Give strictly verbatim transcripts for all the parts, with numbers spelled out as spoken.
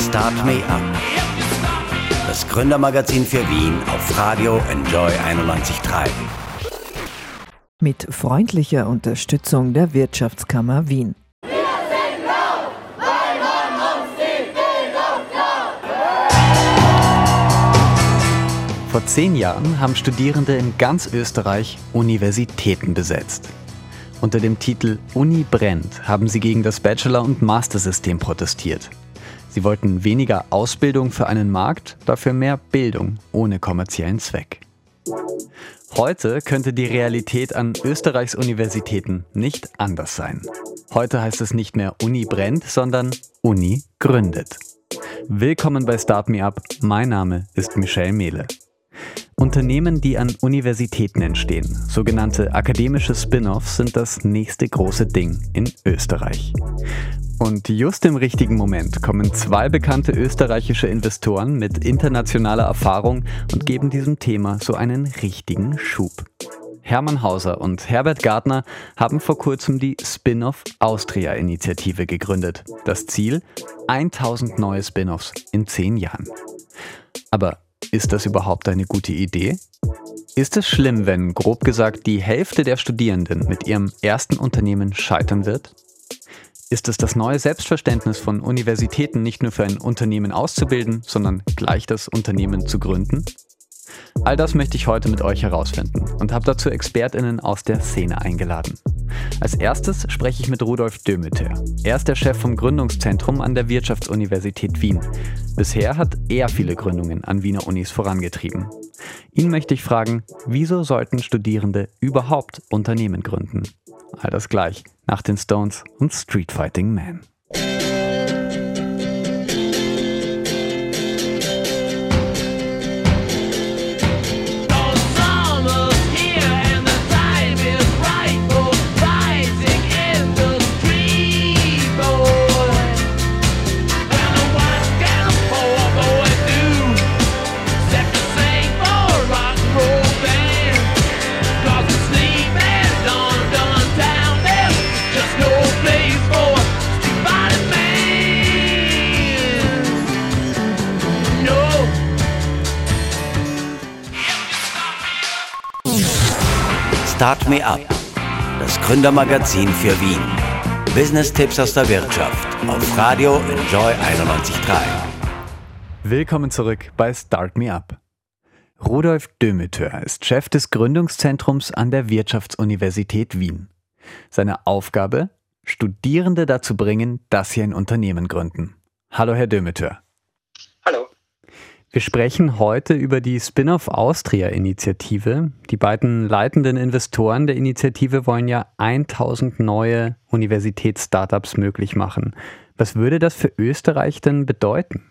Start Me Up. Das Gründermagazin für Wien auf Radio Enjoy einundneunzig Komma drei. Mit freundlicher Unterstützung der Wirtschaftskammer Wien. Wir sind laut, weil man uns die Bildung klaut. Vor zehn Jahren haben Studierende in ganz Österreich Universitäten besetzt. Unter dem Titel Uni brennt haben sie gegen das Bachelor- und Mastersystem protestiert. Sie wollten weniger Ausbildung für einen Markt, dafür mehr Bildung ohne kommerziellen Zweck. Heute könnte die Realität an Österreichs Universitäten nicht anders sein. Heute heißt es nicht mehr Uni brennt, sondern Uni gründet. Willkommen bei Start Me Up. Mein Name ist Michel Mehle. Unternehmen, die an Universitäten entstehen, sogenannte akademische Spin-offs, sind das nächste große Ding in Österreich. Und just im richtigen Moment kommen zwei bekannte österreichische Investoren mit internationaler Erfahrung und geben diesem Thema so einen richtigen Schub. Hermann Hauser und Herbert Gardner haben vor kurzem die Spin-off Austria-Initiative gegründet. Das Ziel? tausend neue Spin-offs in zehn Jahren. Aber ist das überhaupt eine gute Idee? Ist es schlimm, wenn, grob gesagt, die Hälfte der Studierenden mit ihrem ersten Unternehmen scheitern wird? Ist es das neue Selbstverständnis von Universitäten, nicht nur für ein Unternehmen auszubilden, sondern gleich das Unternehmen zu gründen? All das möchte ich heute mit euch herausfinden und habe dazu ExpertInnen aus der Szene eingeladen. Als erstes spreche ich mit Rudolf Dömeter. Er ist der Chef vom Gründungszentrum an der Wirtschaftsuniversität Wien. Bisher hat er viele Gründungen an Wiener Unis vorangetrieben. Ihn möchte ich fragen, wieso sollten Studierende überhaupt Unternehmen gründen? All das gleich nach den Stones und Street Fighting Man. Start Me Up, das Gründermagazin für Wien. Business-Tipps aus der Wirtschaft auf Radio Enjoy einundneunzig Komma drei. Willkommen zurück bei Start Me Up. Rudolf Dömeter ist Chef des Gründungszentrums an der Wirtschaftsuniversität Wien. Seine Aufgabe? Studierende dazu bringen, dass sie ein Unternehmen gründen. Hallo Herr Dömeter. Hallo. Wir sprechen heute über die Spin-off Austria-Initiative. Die beiden leitenden Investoren der Initiative wollen ja tausend neue Universitäts-Startups möglich machen. Was würde das für Österreich denn bedeuten?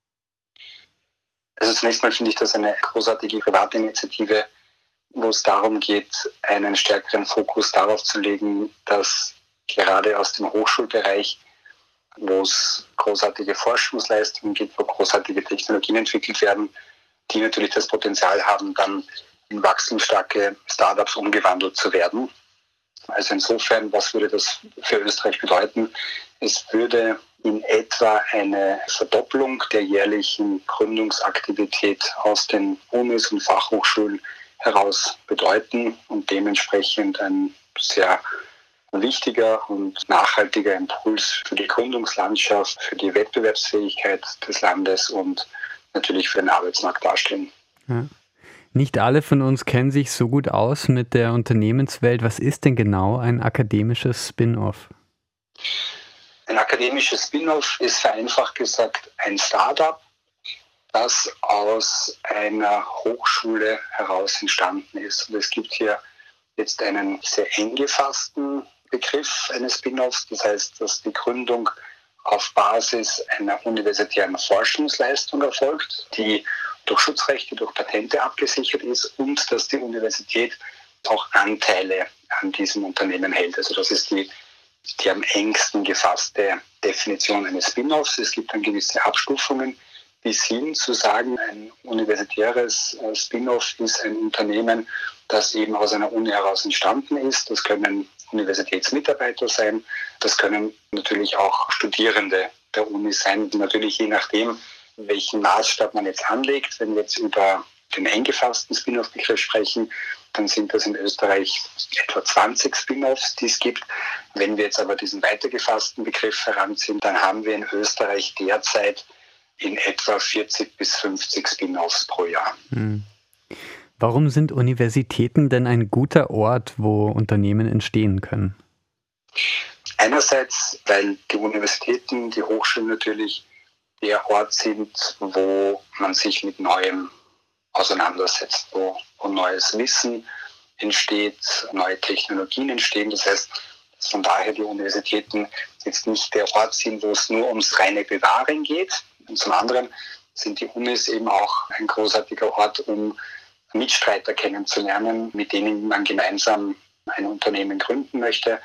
Also zunächst mal finde ich das eine großartige private Initiative, wo es darum geht, einen stärkeren Fokus darauf zu legen, dass gerade aus dem Hochschulbereich, wo es großartige Forschungsleistungen gibt, wo großartige Technologien entwickelt werden, die natürlich das Potenzial haben, dann in wachstumsstarke Startups umgewandelt zu werden. Also insofern, was würde das für Österreich bedeuten? Es würde in etwa eine Verdopplung der jährlichen Gründungsaktivität aus den Unis und Fachhochschulen heraus bedeuten und dementsprechend ein sehr wichtiger und nachhaltiger Impuls für die Gründungslandschaft, für die Wettbewerbsfähigkeit des Landes und natürlich für den Arbeitsmarkt darstellen. Ja. Nicht alle von uns kennen sich so gut aus mit der Unternehmenswelt. Was ist denn genau ein akademisches Spin-off? Ein akademisches Spin-off ist vereinfacht gesagt ein Startup, das aus einer Hochschule heraus entstanden ist. Und es gibt hier jetzt einen sehr eng gefassten Begriff eines Spin-offs. Das heißt, dass die Gründung auf Basis einer universitären Forschungsleistung erfolgt, die durch Schutzrechte, durch Patente abgesichert ist und dass die Universität auch Anteile an diesem Unternehmen hält. Also das ist die, die am engsten gefasste Definition eines Spin-offs. Es gibt dann gewisse Abstufungen bis hin zu sagen, ein universitäres Spin-off ist ein Unternehmen, das eben aus einer Uni heraus entstanden ist. Das können Universitätsmitarbeiter sein, das können natürlich auch Studierende der Uni sein. Natürlich je nachdem, welchen Maßstab man jetzt anlegt. Wenn wir jetzt über den eingefassten Spin-off-Begriff sprechen, dann sind das in Österreich etwa zwanzig Spin-offs, die es gibt. Wenn wir jetzt aber diesen weitergefassten Begriff heranziehen, dann haben wir in Österreich derzeit in etwa vierzig bis fünfzig Spin-offs pro Jahr. Hm. Warum sind Universitäten denn ein guter Ort, wo Unternehmen entstehen können? Einerseits, weil die Universitäten, die Hochschulen natürlich der Ort sind, wo man sich mit Neuem auseinandersetzt, wo, wo neues Wissen entsteht, neue Technologien entstehen. Das heißt, dass von daher die Universitäten jetzt nicht der Ort sind, wo es nur ums reine Bewahren geht. Und zum anderen sind die Unis eben auch ein großartiger Ort, um Mitstreiter kennenzulernen, mit denen man gemeinsam ein Unternehmen gründen möchte.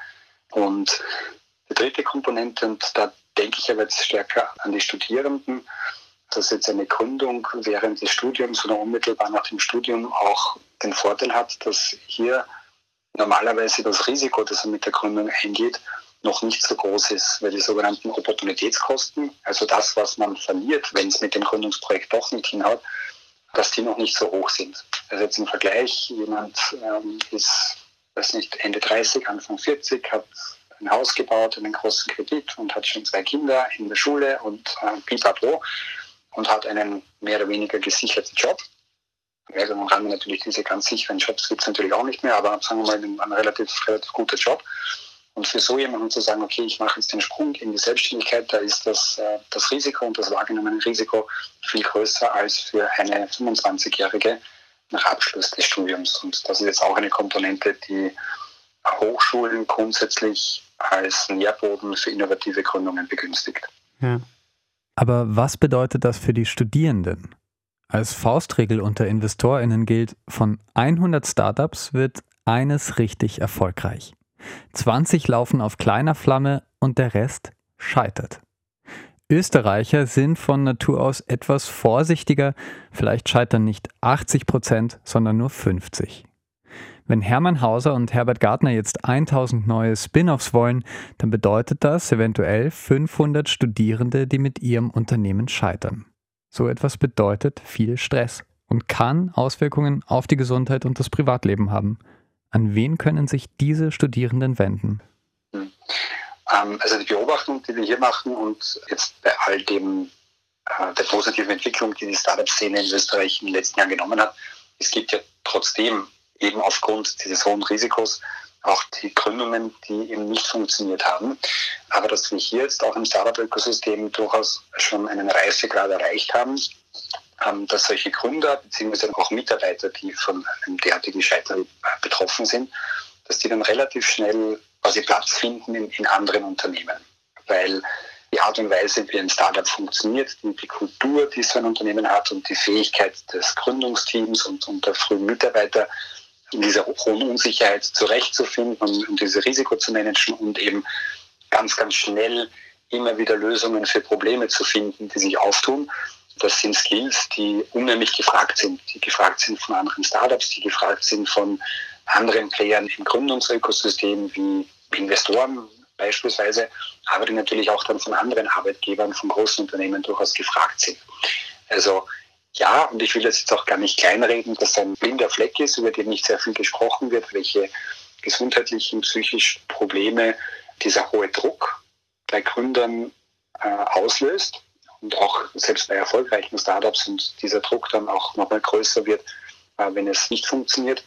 Und die dritte Komponente, und da denke ich aber jetzt stärker an die Studierenden, dass jetzt eine Gründung während des Studiums oder unmittelbar nach dem Studium auch den Vorteil hat, dass hier normalerweise das Risiko, das er mit der Gründung eingeht, noch nicht so groß ist, weil die sogenannten Opportunitätskosten, also das, was man verliert, wenn es mit dem Gründungsprojekt doch nicht hinhaut, dass die noch nicht so hoch sind. Also jetzt im Vergleich, jemand ähm, ist, weiß nicht, Ende dreißig, Anfang vierzig, hat ein Haus gebaut, einen großen Kredit und hat schon zwei Kinder in der Schule und äh, pipapo und hat einen mehr oder weniger gesicherten Job. Also man kann natürlich diese ganz sicheren Jobs gibt es natürlich auch nicht mehr, aber sagen wir mal, ein, ein relativ, relativ guter Job. Und für so jemanden zu sagen, okay, ich mache jetzt den Sprung in die Selbstständigkeit, da ist das, äh, das Risiko und das wahrgenommene Risiko viel größer als für eine fünfundzwanzigjährige nach Abschluss des Studiums. Und das ist jetzt auch eine Komponente, die Hochschulen grundsätzlich als Nährboden für innovative Gründungen begünstigt. Ja. Aber was bedeutet das für die Studierenden? Als Faustregel unter InvestorInnen gilt, von hundert Startups wird eines richtig erfolgreich. zwanzig laufen auf kleiner Flamme und der Rest scheitert. Österreicher sind von Natur aus etwas vorsichtiger, vielleicht scheitern nicht achtzig Prozent, sondern nur fünfzig. Wenn Hermann Hauser und Herbert Gartner jetzt tausend neue Spin-offs wollen, dann bedeutet das eventuell fünfhundert Studierende, die mit ihrem Unternehmen scheitern. So etwas bedeutet viel Stress und kann Auswirkungen auf die Gesundheit und das Privatleben haben. An wen können sich diese Studierenden wenden? Hm. Also die Beobachtung, die wir hier machen und jetzt bei all dem äh, der positiven Entwicklung, die die Startup-Szene in Österreich in den letzten Jahren genommen hat, es gibt ja trotzdem eben aufgrund dieses hohen Risikos auch die Gründungen, die eben nicht funktioniert haben. Aber dass wir hier jetzt auch im Startup-Ökosystem durchaus schon einen Reifegrad erreicht haben, ähm, dass solche Gründer bzw. auch Mitarbeiter, die von einem derartigen Scheitern betroffen sind, dass die dann relativ schnell quasi Platz finden in, in anderen Unternehmen. Weil die Art und Weise, wie ein Startup funktioniert, die, die Kultur, die so ein Unternehmen hat und die Fähigkeit des Gründungsteams und, und der frühen Mitarbeiter, in dieser hohen Unsicherheit zurechtzufinden und, und dieses Risiko zu managen und eben ganz, ganz schnell immer wieder Lösungen für Probleme zu finden, die sich auftun. Das sind Skills, die unheimlich gefragt sind, die gefragt sind von anderen Startups, die gefragt sind von anderen Playern im Gründungsökosystem wie Investoren beispielsweise, aber die natürlich auch dann von anderen Arbeitgebern, von großen Unternehmen durchaus gefragt sind. Also ja, und ich will das jetzt auch gar nicht kleinreden, dass ein blinder Fleck ist, über den nicht sehr viel gesprochen wird, welche gesundheitlichen, psychischen Probleme dieser hohe Druck bei Gründern äh, auslöst und auch selbst bei erfolgreichen Startups und dieser Druck dann auch nochmal größer wird, äh, wenn es nicht funktioniert.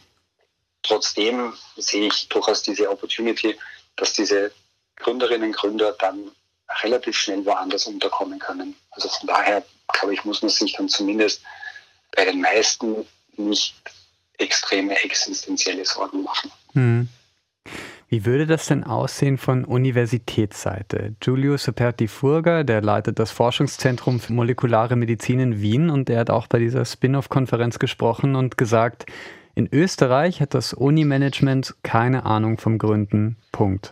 Trotzdem sehe ich durchaus diese Opportunity, dass diese Gründerinnen und Gründer dann relativ schnell woanders unterkommen können. Also von daher, glaube ich, muss man sich dann zumindest bei den meisten nicht extreme existenzielle Sorgen machen. Hm. Wie würde das denn aussehen von Universitätsseite? Giulio Saperti-Furger, der leitet das Forschungszentrum für molekulare Medizin in Wien und er hat auch bei dieser Spin-off-Konferenz gesprochen und gesagt, in Österreich hat das Uni-Management keine Ahnung vom Gründen. Punkt.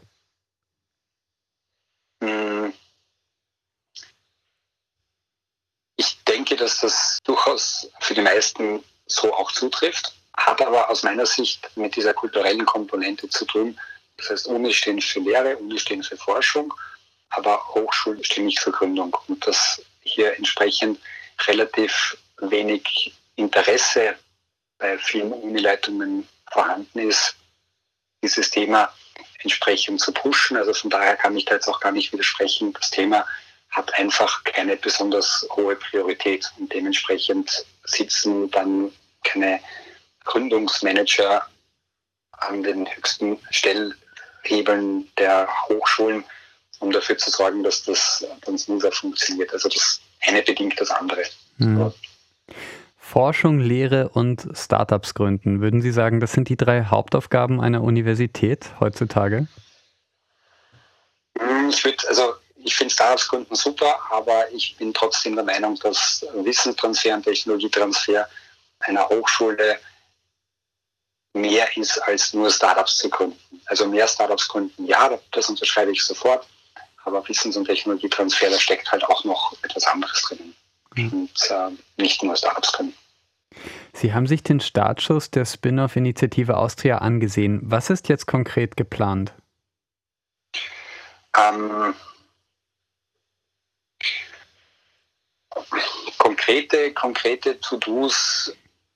Ich denke, dass das durchaus für die meisten so auch zutrifft, hat aber aus meiner Sicht mit dieser kulturellen Komponente zu tun. Das heißt, Unis stehen für Lehre, Unis stehen für Forschung aber Hochschulen stehen nicht für Gründung und dass hier entsprechend relativ wenig Interesse bei vielen Unileitungen vorhanden ist, dieses Thema entsprechend zu pushen. Also von daher kann ich da jetzt auch gar nicht widersprechen. Das Thema hat einfach keine besonders hohe Priorität und dementsprechend sitzen dann keine Gründungsmanager an den höchsten Stellhebeln der Hochschulen, um dafür zu sorgen, dass das dann smoother funktioniert. Also das eine bedingt das andere. Mhm. Forschung, Lehre und Startups gründen. Würden Sie sagen, das sind die drei Hauptaufgaben einer Universität heutzutage? Ich würde, also ich finde Startups gründen super, aber ich bin trotzdem der Meinung, dass Wissenstransfer und Technologietransfer einer Hochschule mehr ist, als nur Startups zu gründen. Also mehr Startups gründen, ja, das unterschreibe ich sofort, aber Wissens- und Technologietransfer, da steckt halt auch noch etwas anderes drin. Mhm. Und äh, nicht nur Startups gründen. Sie haben sich den Startschuss der Spin-off-Initiative Austria angesehen. Was ist jetzt konkret geplant? Ähm, konkrete, konkrete To-Dos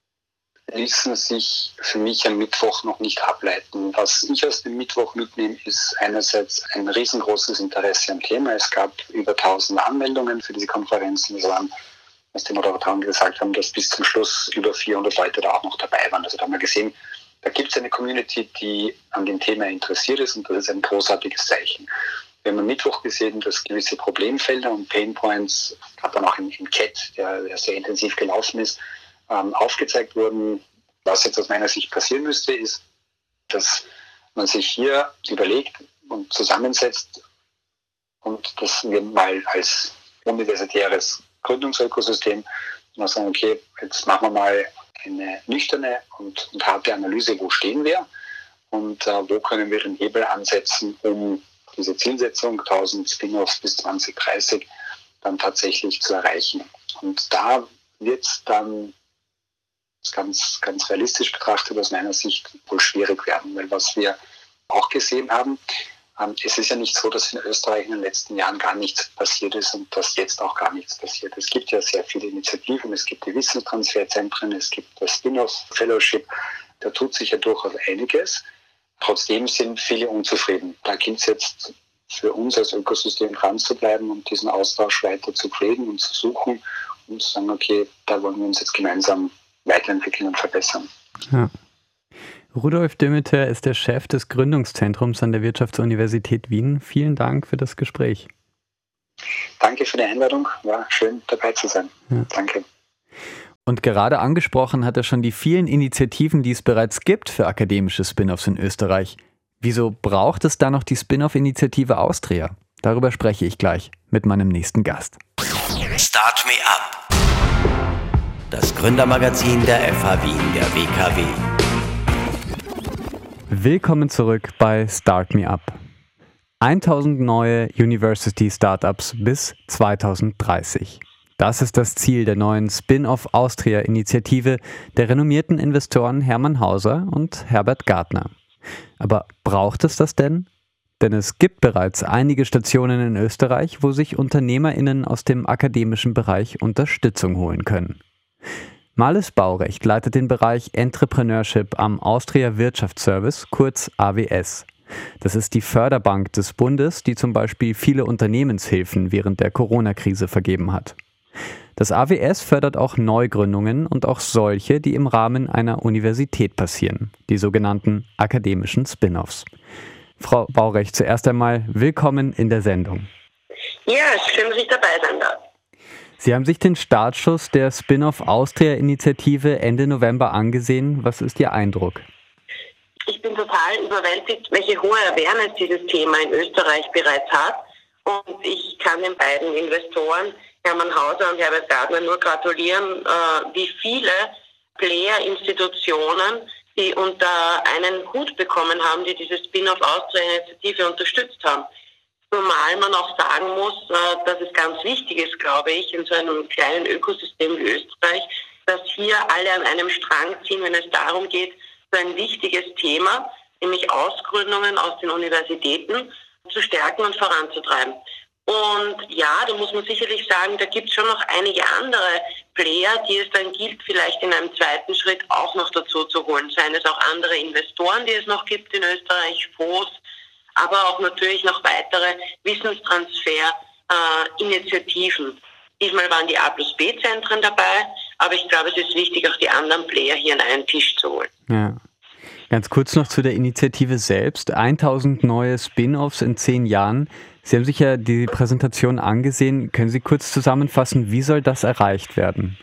ließen sich für mich am Mittwoch noch nicht ableiten. Was ich aus dem Mittwoch mitnehme, ist einerseits ein riesengroßes Interesse am Thema. Es gab über tausend Anmeldungen für diese Konferenzen. Es waren, was die Moderatoren gesagt haben, dass bis zum Schluss über vierhundert Leute da auch noch dabei waren. Also da haben wir gesehen, da gibt es eine Community, die an dem Thema interessiert ist und das ist ein großartiges Zeichen. Wir haben am Mittwoch gesehen, dass gewisse Problemfelder und Painpoints, gerade dann auch im, im Chat, der, der sehr intensiv gelaufen ist, ähm, aufgezeigt wurden. Was jetzt aus meiner Sicht passieren müsste, ist, dass man sich hier überlegt und zusammensetzt und das wir mal als universitäres Gründungsökosystem und sagen, okay, jetzt machen wir mal eine nüchterne und, und harte Analyse, wo stehen wir und äh, wo können wir den Hebel ansetzen, um diese Zielsetzung tausend Spin-offs bis zwanzig dreißig dann tatsächlich zu erreichen. Und da wird es dann ganz, ganz realistisch betrachtet aus meiner Sicht wohl schwierig werden, weil was wir auch gesehen haben, ähm, es ist ja nicht so, dass in Österreich in den letzten Jahren gar nichts passiert ist und dass jetzt auch gar nichts passiert. Es gibt ja sehr viele Initiativen, es gibt die Wissenstransferzentren, es gibt das Spin-off-Fellowship, da tut sich ja durchaus einiges. Trotzdem sind viele unzufrieden. Da gilt es jetzt für uns als Ökosystem dran zu bleiben und diesen Austausch weiter zu pflegen und zu suchen und zu sagen, okay, da wollen wir uns jetzt gemeinsam weiterentwickeln und verbessern. Ja. Rudolf Demeter ist der Chef des Gründungszentrums an der Wirtschaftsuniversität Wien. Vielen Dank für das Gespräch. Danke für die Einladung. War schön, dabei zu sein. Ja. Danke. Und gerade angesprochen hat er schon die vielen Initiativen, die es bereits gibt für akademische Spin-offs in Österreich. Wieso braucht es da noch die Spin-off-Initiative Austria? Darüber spreche ich gleich mit meinem nächsten Gast. Start Me Up. Das Gründermagazin der F H Wien, der W K W. Willkommen zurück bei Start Me Up. tausend neue University Startups bis zweitausenddreißig. Das ist das Ziel der neuen Spin-off Austria-Initiative der renommierten Investoren Hermann Hauser und Herbert Gartner. Aber braucht es das denn? Denn es gibt bereits einige Stationen in Österreich, wo sich UnternehmerInnen aus dem akademischen Bereich Unterstützung holen können. Marlis Baurecht leitet den Bereich Entrepreneurship am Austria Wirtschaftsservice, kurz A W S. Das ist die Förderbank des Bundes, die zum Beispiel viele Unternehmenshilfen während der Corona-Krise vergeben hat. Das A W S fördert auch Neugründungen und auch solche, die im Rahmen einer Universität passieren, die sogenannten akademischen Spin-offs. Frau Baurecht, zuerst einmal willkommen in der Sendung. Ja, schön, dass ich dabei sein darf. Sie haben sich den Startschuss der Spin-off Austria-Initiative Ende November angesehen. Was ist Ihr Eindruck? Ich bin total überwältigt, welche hohe Awareness dieses Thema in Österreich bereits hat. Und ich kann den beiden Investoren, Hermann Hauser und Herbert Gartner, nur gratulieren, wie viele Player-Institutionen, die unter einen Hut bekommen haben, die diese Spin-off Austria-Initiative unterstützt haben. Zumal man auch sagen muss, dass es ganz wichtig ist, glaube ich, in so einem kleinen Ökosystem wie Österreich, dass hier alle an einem Strang ziehen, wenn es darum geht, so ein wichtiges Thema, nämlich Ausgründungen aus den Universitäten, zu stärken und voranzutreiben. Und ja, da muss man sicherlich sagen, da gibt es schon noch einige andere Player, die es dann gilt, vielleicht in einem zweiten Schritt auch noch dazu zu holen. Seien es auch andere Investoren, die es noch gibt in Österreich, Fonds, aber auch natürlich noch weitere Wissenstransfer-Initiativen. Äh, Diesmal waren die A plus B-Zentren dabei, aber ich glaube, es ist wichtig, auch die anderen Player hier an einen Tisch zu holen. Ja. Ganz kurz noch zu der Initiative selbst. tausend neue Spin-offs in zehn Jahren. Sie haben sich ja die Präsentation angesehen. Können Sie kurz zusammenfassen, wie soll das erreicht werden?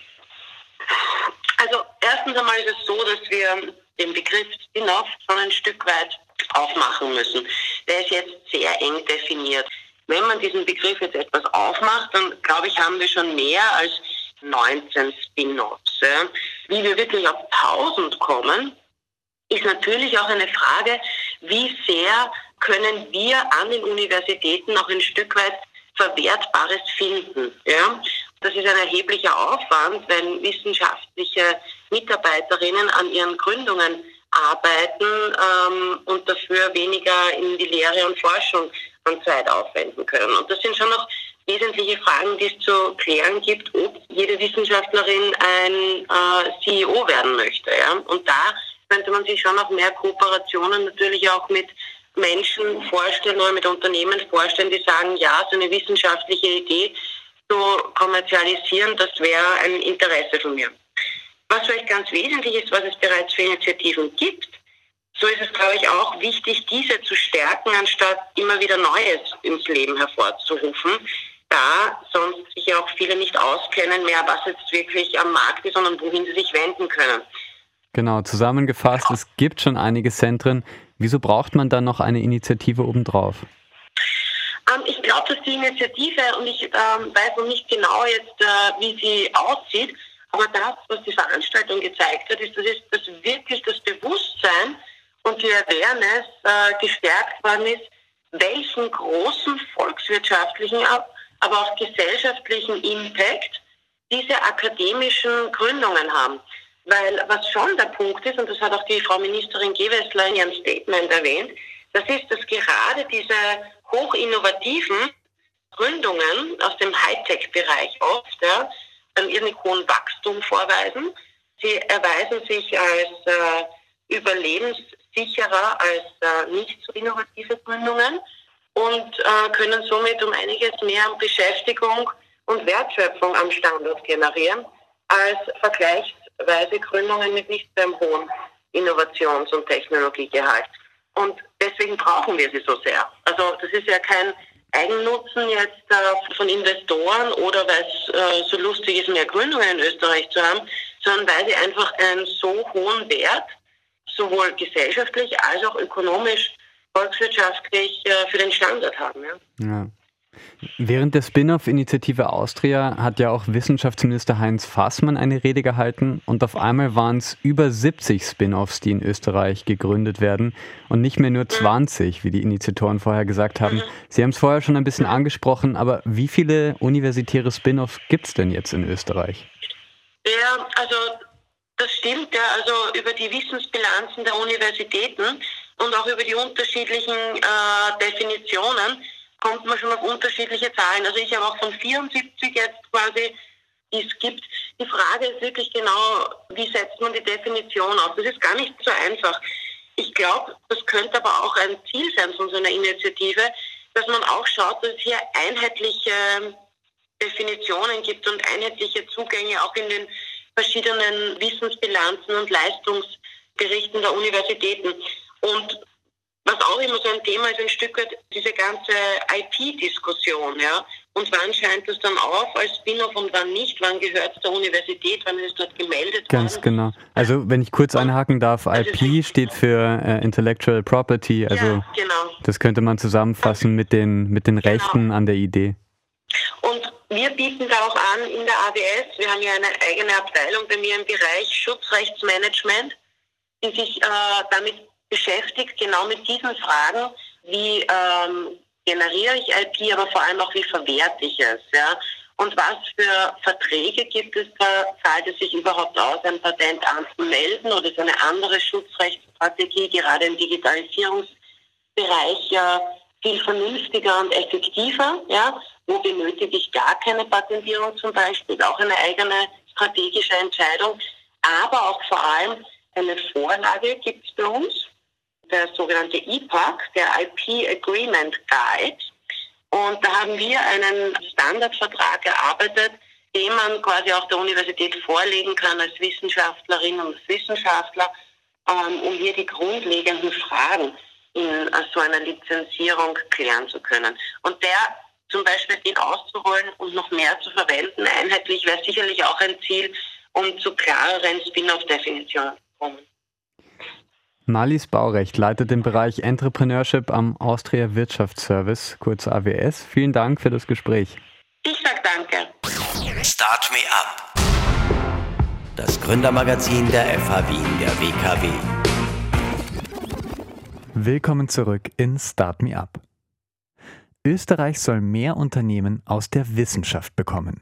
Also erstens einmal ist es so, dass wir den Begriff Spin-off schon ein Stück weit aufmachen müssen. Der ist jetzt sehr eng definiert. Wenn man diesen Begriff jetzt etwas aufmacht, dann glaube ich, haben wir schon mehr als neunzehn Spin-offs. Ja. Wie wir wirklich auf tausend kommen, ist natürlich auch eine Frage, wie sehr können wir an den Universitäten auch ein Stück weit Verwertbares finden. Ja? Das ist ein erheblicher Aufwand, wenn wissenschaftliche Mitarbeiterinnen an ihren Gründungen arbeiten ähm, und dafür weniger in die Lehre und Forschung an Zeit aufwenden können. Und das sind schon noch wesentliche Fragen, die es zu klären gibt, ob jede Wissenschaftlerin ein äh, C E O werden möchte. Ja? Und da könnte man sich schon noch mehr Kooperationen natürlich auch mit Menschen vorstellen oder mit Unternehmen vorstellen, die sagen, ja, so eine wissenschaftliche Idee zu kommerzialisieren, das wäre ein Interesse von mir. Was vielleicht ganz wesentlich ist, was es bereits für Initiativen gibt, so ist es, glaube ich, auch wichtig, diese zu stärken, anstatt immer wieder Neues ins Leben hervorzurufen, da sonst sich ja auch viele nicht auskennen mehr, was jetzt wirklich am Markt ist, sondern wohin sie sich wenden können. Genau, zusammengefasst, es gibt schon einige Zentren. Wieso braucht man dann noch eine Initiative obendrauf? Ähm, ich glaube, dass die Initiative, und ich ähm, weiß noch nicht genau jetzt, äh, wie sie aussieht, aber das, was die Veranstaltung gezeigt hat, ist, dass, ist, dass wirklich das Bewusstsein und die Awareness äh, gestärkt worden ist, welchen großen volkswirtschaftlichen, aber auch gesellschaftlichen Impact diese akademischen Gründungen haben. Weil was schon der Punkt ist, und das hat auch die Frau Ministerin Gewessler in ihrem Statement erwähnt, das ist, dass gerade diese hochinnovativen Gründungen aus dem Hightech-Bereich oft ja, einen irrsinnig hohen Wachstum vorweisen. Sie erweisen sich als äh, überlebenssicherer als äh, nicht so innovative Gründungen und äh, können somit um einiges mehr an Beschäftigung und Wertschöpfung am Standort generieren als vergleichsweise Gründungen mit nicht so einem hohen Innovations- und Technologiegehalt. Und deswegen brauchen wir sie so sehr. Also das ist ja kein Eigennutzen jetzt äh, von Investoren oder weil es äh, so lustig ist, mehr Gründungen in Österreich zu haben, sondern weil sie einfach einen so hohen Wert, sowohl gesellschaftlich als auch ökonomisch, volkswirtschaftlich äh, für den Standort haben. Ja. Ja. Während der Spin-off-Initiative Austria hat ja auch Wissenschaftsminister Heinz Fassmann eine Rede gehalten und auf einmal waren es über siebzig Spin-offs, die in Österreich gegründet werden und nicht mehr nur zwanzig, wie die Initiatoren vorher gesagt haben. Mhm. Sie haben es vorher schon ein bisschen angesprochen, aber wie viele universitäre Spin-offs gibt es denn jetzt in Österreich? Ja, also das stimmt, ja, also über die Wissensbilanzen der Universitäten und auch über die unterschiedlichen äh, Definitionen kommt man schon auf unterschiedliche Zahlen. Also ich habe auch von vierundsiebzig jetzt quasi, die es gibt. Die Frage ist wirklich genau, wie setzt man die Definition auf? Das ist gar nicht so einfach. Ich glaube, das könnte aber auch ein Ziel sein von so einer Initiative, dass man auch schaut, dass es hier einheitliche Definitionen gibt und einheitliche Zugänge auch in den verschiedenen Wissensbilanzen und Leistungsberichten der Universitäten. Und was auch immer so ein Thema ist, ein Stück weit diese ganze I P-Diskussion, ja. Und wann scheint es dann auf als Spin-off und wann nicht? Wann gehört es der Universität? Wann ist es dort gemeldet Ganz worden? genau. Also wenn ich kurz einhaken darf, I P steht für äh, Intellectual Property. Also ja, genau. Das könnte man zusammenfassen mit den, mit den Rechten genau. an der Idee. Und wir bieten da auch an in der A W S, wir haben ja eine eigene Abteilung bei mir im Bereich Schutzrechtsmanagement, die sich äh, damit beschäftigt, genau mit diesen Fragen, wie ähm, generiere ich I P, aber vor allem auch, wie verwerte ich es. Ja? Und was für Verträge gibt es da, zahlt es sich überhaupt aus, ein Patent anzumelden oder ist eine andere Schutzrechtsstrategie, gerade im Digitalisierungsbereich, äh, viel vernünftiger und effektiver. Ja? Wo benötige ich gar keine Patentierung zum Beispiel, auch eine eigene strategische Entscheidung. Aber auch vor allem eine Vorlage gibt es bei uns, der sogenannte I P A C, der I P Agreement Guide. Und da haben wir einen Standardvertrag erarbeitet, den man quasi auch der Universität vorlegen kann als Wissenschaftlerin und als Wissenschaftler, ähm, um hier die grundlegenden Fragen in äh, so einer Lizenzierung klären zu können. Und der zum Beispiel den auszuholen und noch mehr zu verwenden, einheitlich, wäre sicherlich auch ein Ziel, um zu klareren Spin-off-Definitionen zu kommen. Marlies Baurecht leitet den Bereich Entrepreneurship am Austria Wirtschaftsservice, kurz A W S. Vielen Dank für das Gespräch. Ich sag danke. Start Me Up. Das Gründermagazin der F H Wien, der W K W. Willkommen zurück in Start Me Up. Österreich soll mehr Unternehmen aus der Wissenschaft bekommen.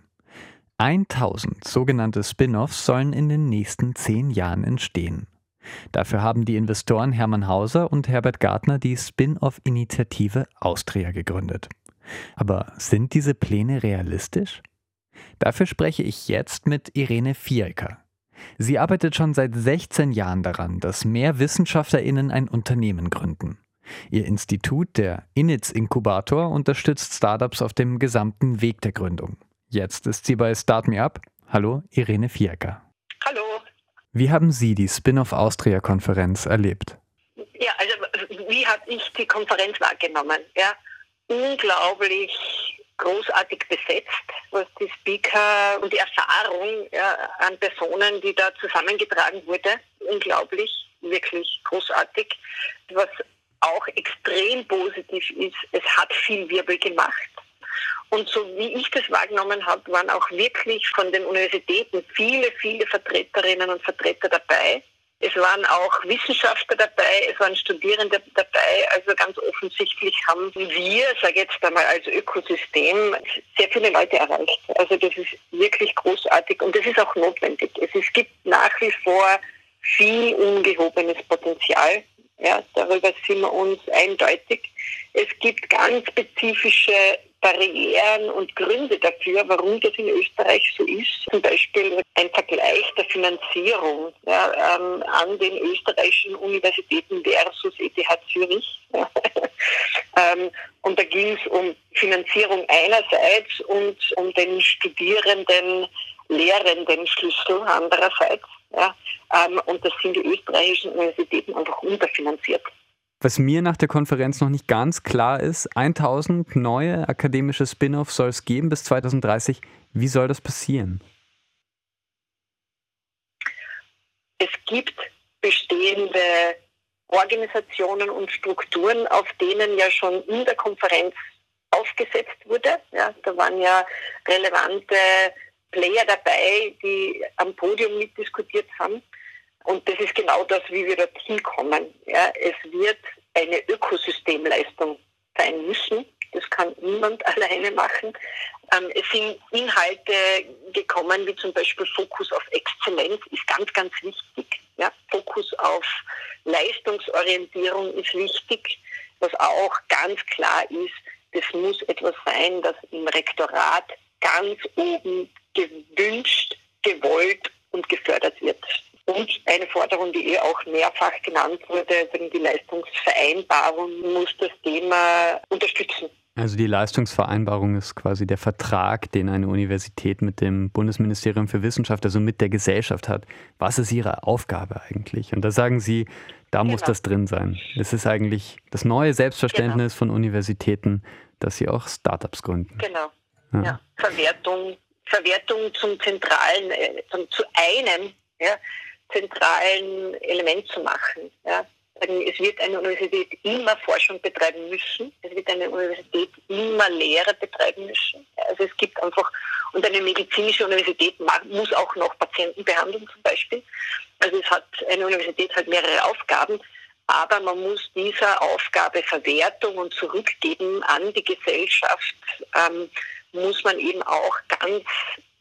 tausend sogenannte Spin-offs sollen in den nächsten zehn Jahren entstehen. Dafür haben die Investoren Hermann Hauser und Herbert Gartner die Spin-off-Initiative Austria gegründet. Aber sind diese Pläne realistisch? Dafür spreche ich jetzt mit Irene Fialka. Sie arbeitet schon seit sechzehn Jahren daran, dass mehr WissenschaftlerInnen ein Unternehmen gründen. Ihr Institut, der Initz Inkubator, unterstützt Startups auf dem gesamten Weg der Gründung. Jetzt ist sie bei Start Me Up. Hallo, Irene Fialka. Hallo. Wie haben Sie die Spin-off Austria-Konferenz erlebt? Ja, also wie habe ich die Konferenz wahrgenommen? Ja, unglaublich großartig besetzt, was die Speaker und die Erfahrung ja, an Personen, die da zusammengetragen wurde, unglaublich, wirklich großartig. Was auch extrem positiv ist, es hat viel Wirbel gemacht. Und so wie ich das wahrgenommen habe, waren auch wirklich von den Universitäten viele, viele Vertreterinnen und Vertreter dabei. Es waren auch Wissenschaftler dabei, es waren Studierende dabei. Also ganz offensichtlich haben wir, sage ich jetzt einmal als Ökosystem, sehr viele Leute erreicht. Also das ist wirklich großartig und das ist auch notwendig. Es, es gibt nach wie vor viel ungehobenes Potenzial. Ja, darüber sind wir uns eindeutig. Es gibt ganz spezifische Barrieren und Gründe dafür, warum das in Österreich so ist. Zum Beispiel ein Vergleich der Finanzierung ja, ähm, an den österreichischen Universitäten versus E T H Zürich. Ja. ähm, und da ging es um Finanzierung einerseits und um den Studierenden, Lehrenden Schlüssel andererseits. Ja. Ähm, und das sind die österreichischen Universitäten einfach unterfinanziert. Was mir nach der Konferenz noch nicht ganz klar ist, tausend neue akademische Spin-offs soll es geben bis zwanzig dreißig. Wie soll das passieren? Es gibt bestehende Organisationen und Strukturen, auf denen ja schon in der Konferenz aufgesetzt wurde. Ja, da waren ja relevante Player dabei, die am Podium mitdiskutiert haben. Und das ist genau das, wie wir dorthin kommen. Ja, es wird eine Ökosystemleistung sein müssen. Das kann niemand alleine machen. Ähm, es sind Inhalte gekommen, wie zum Beispiel Fokus auf Exzellenz ist ganz, ganz wichtig. Ja, Fokus auf Leistungsorientierung ist wichtig. Was auch ganz klar ist, das muss etwas sein, das im Rektorat ganz oben gewünscht, gewollt und gefördert wird. Und eine Forderung, die eh auch mehrfach genannt wurde, die Leistungsvereinbarung muss das Thema unterstützen. Also die Leistungsvereinbarung ist quasi der Vertrag, den eine Universität mit dem Bundesministerium für Wissenschaft, also mit der Gesellschaft hat. Was ist ihre Aufgabe eigentlich? Und da sagen Sie, da genau. muss das drin sein. Es ist eigentlich das neue Selbstverständnis genau. von Universitäten, dass sie auch Startups gründen. Genau. Ja. Ja. Verwertung, Verwertung zum zentralen, äh, zum, zu einem ja, zentralen Element zu machen. Ja. Es wird eine Universität immer Forschung betreiben müssen. Es wird eine Universität immer Lehre betreiben müssen. Also es gibt einfach, und eine medizinische Universität muss auch noch Patienten behandeln zum Beispiel. Also es hat, eine Universität hat mehrere Aufgaben, aber man muss dieser Aufgabe Verwertung und Zurückgeben an die Gesellschaft, ähm, muss man eben auch ganz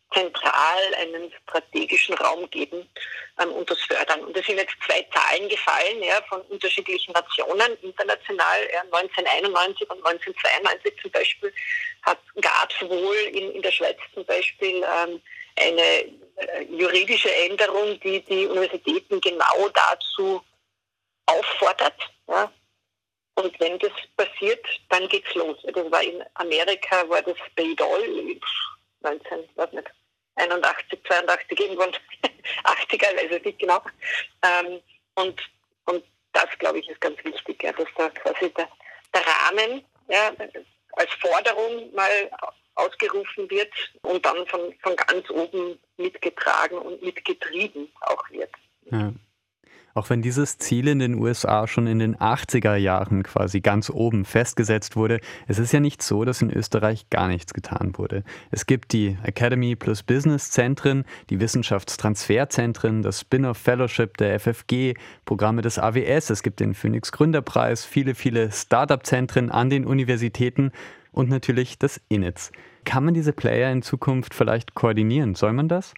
zentral einen strategischen Raum geben ähm, und das fördern. Und es sind jetzt zwei Zahlen gefallen, ja, von unterschiedlichen Nationen international. Ja, neunzehnhunderteinundneunzig und neunzehnhundertzweiundneunzig zum Beispiel gab es wohl in, in der Schweiz zum Beispiel ähm, eine äh, juridische Änderung, die die Universitäten genau dazu auffordert. Ja. Und wenn das passiert, dann geht's los. Das war in Amerika, war das bei Idol, neunzehn, weiß nicht, einundachtzig, zweiundachtzig, irgendwann achtziger, weiß ich nicht genau. Ähm, und, und das, glaube ich, ist ganz wichtig, ja, dass da quasi der, der Rahmen ja, als Forderung mal ausgerufen wird und dann von, von ganz oben mitgetragen und mitgetrieben auch wird. Ja. Auch wenn dieses Ziel in den U S A schon in den achtziger Jahren quasi ganz oben festgesetzt wurde, es ist ja nicht so, dass in Österreich gar nichts getan wurde. Es gibt die Academy plus Business Zentren, die Wissenschaftstransferzentren, das Spin-off Fellowship der F F G, Programme des A W S, es gibt den Phoenix Gründerpreis, viele, viele Start-up-Zentren an den Universitäten und natürlich das I N I Z. Kann man diese Player in Zukunft vielleicht koordinieren? Soll man das?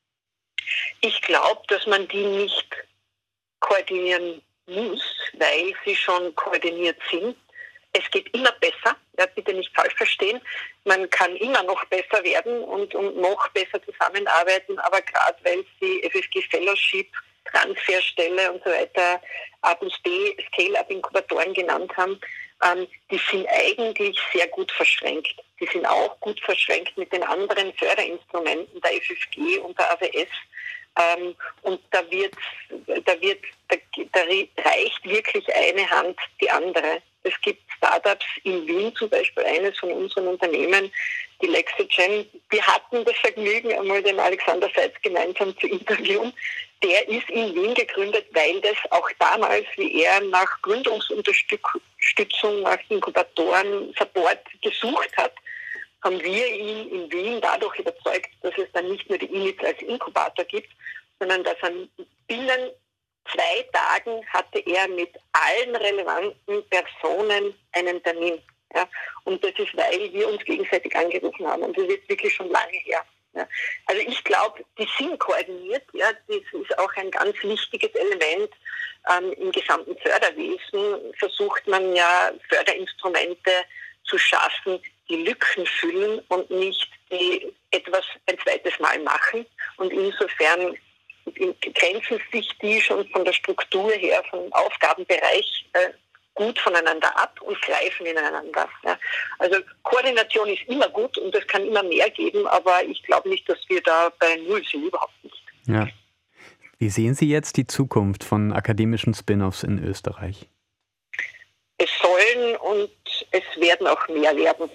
Ich glaube, dass man die nicht koordinieren muss, weil sie schon koordiniert sind. Es geht immer besser, ja, bitte nicht falsch verstehen. Man kann immer noch besser werden und, und noch besser zusammenarbeiten, aber gerade weil Sie F F G Fellowship, Transferstelle und so weiter, A plus B, Scale-Up-Inkubatoren genannt haben, ähm, die sind eigentlich sehr gut verschränkt. Die sind auch gut verschränkt mit den anderen Förderinstrumenten der F F G und der A W S. Ähm, und da wird, da wird, da, da reicht wirklich eine Hand die andere. Es gibt Startups in Wien, zum Beispiel eines von unseren Unternehmen, die Lexogen. Wir hatten das Vergnügen, einmal den Alexander Seitz gemeinsam zu interviewen. Der ist in Wien gegründet, weil das auch damals, wie er nach Gründungsunterstützung, nach Inkubatoren, Support gesucht hat, haben wir ihn in Wien dadurch überzeugt, dass es dann nicht nur die I N I Z als Inkubator gibt, sondern dass er binnen zwei Tagen hatte er mit allen relevanten Personen einen Termin. Ja. Und das ist, weil wir uns gegenseitig angerufen haben. Und das ist wirklich schon lange her. Ja. Also ich glaube, die sind koordiniert. Ja. Das ist auch ein ganz wichtiges Element. Ähm, im gesamten Förderwesen versucht man ja, Förderinstrumente zu schaffen, die Lücken füllen und nicht die etwas ein zweites Mal machen. Und insofern grenzen sich die schon von der Struktur her, vom Aufgabenbereich äh, gut voneinander ab und greifen ineinander. Ja. Also Koordination ist immer gut und es kann immer mehr geben, aber ich glaube nicht, dass wir da bei Null sind, überhaupt nicht. Ja. Wie sehen Sie jetzt die Zukunft von akademischen Spin-offs in Österreich? Es sollen und es werden auch mehr werden.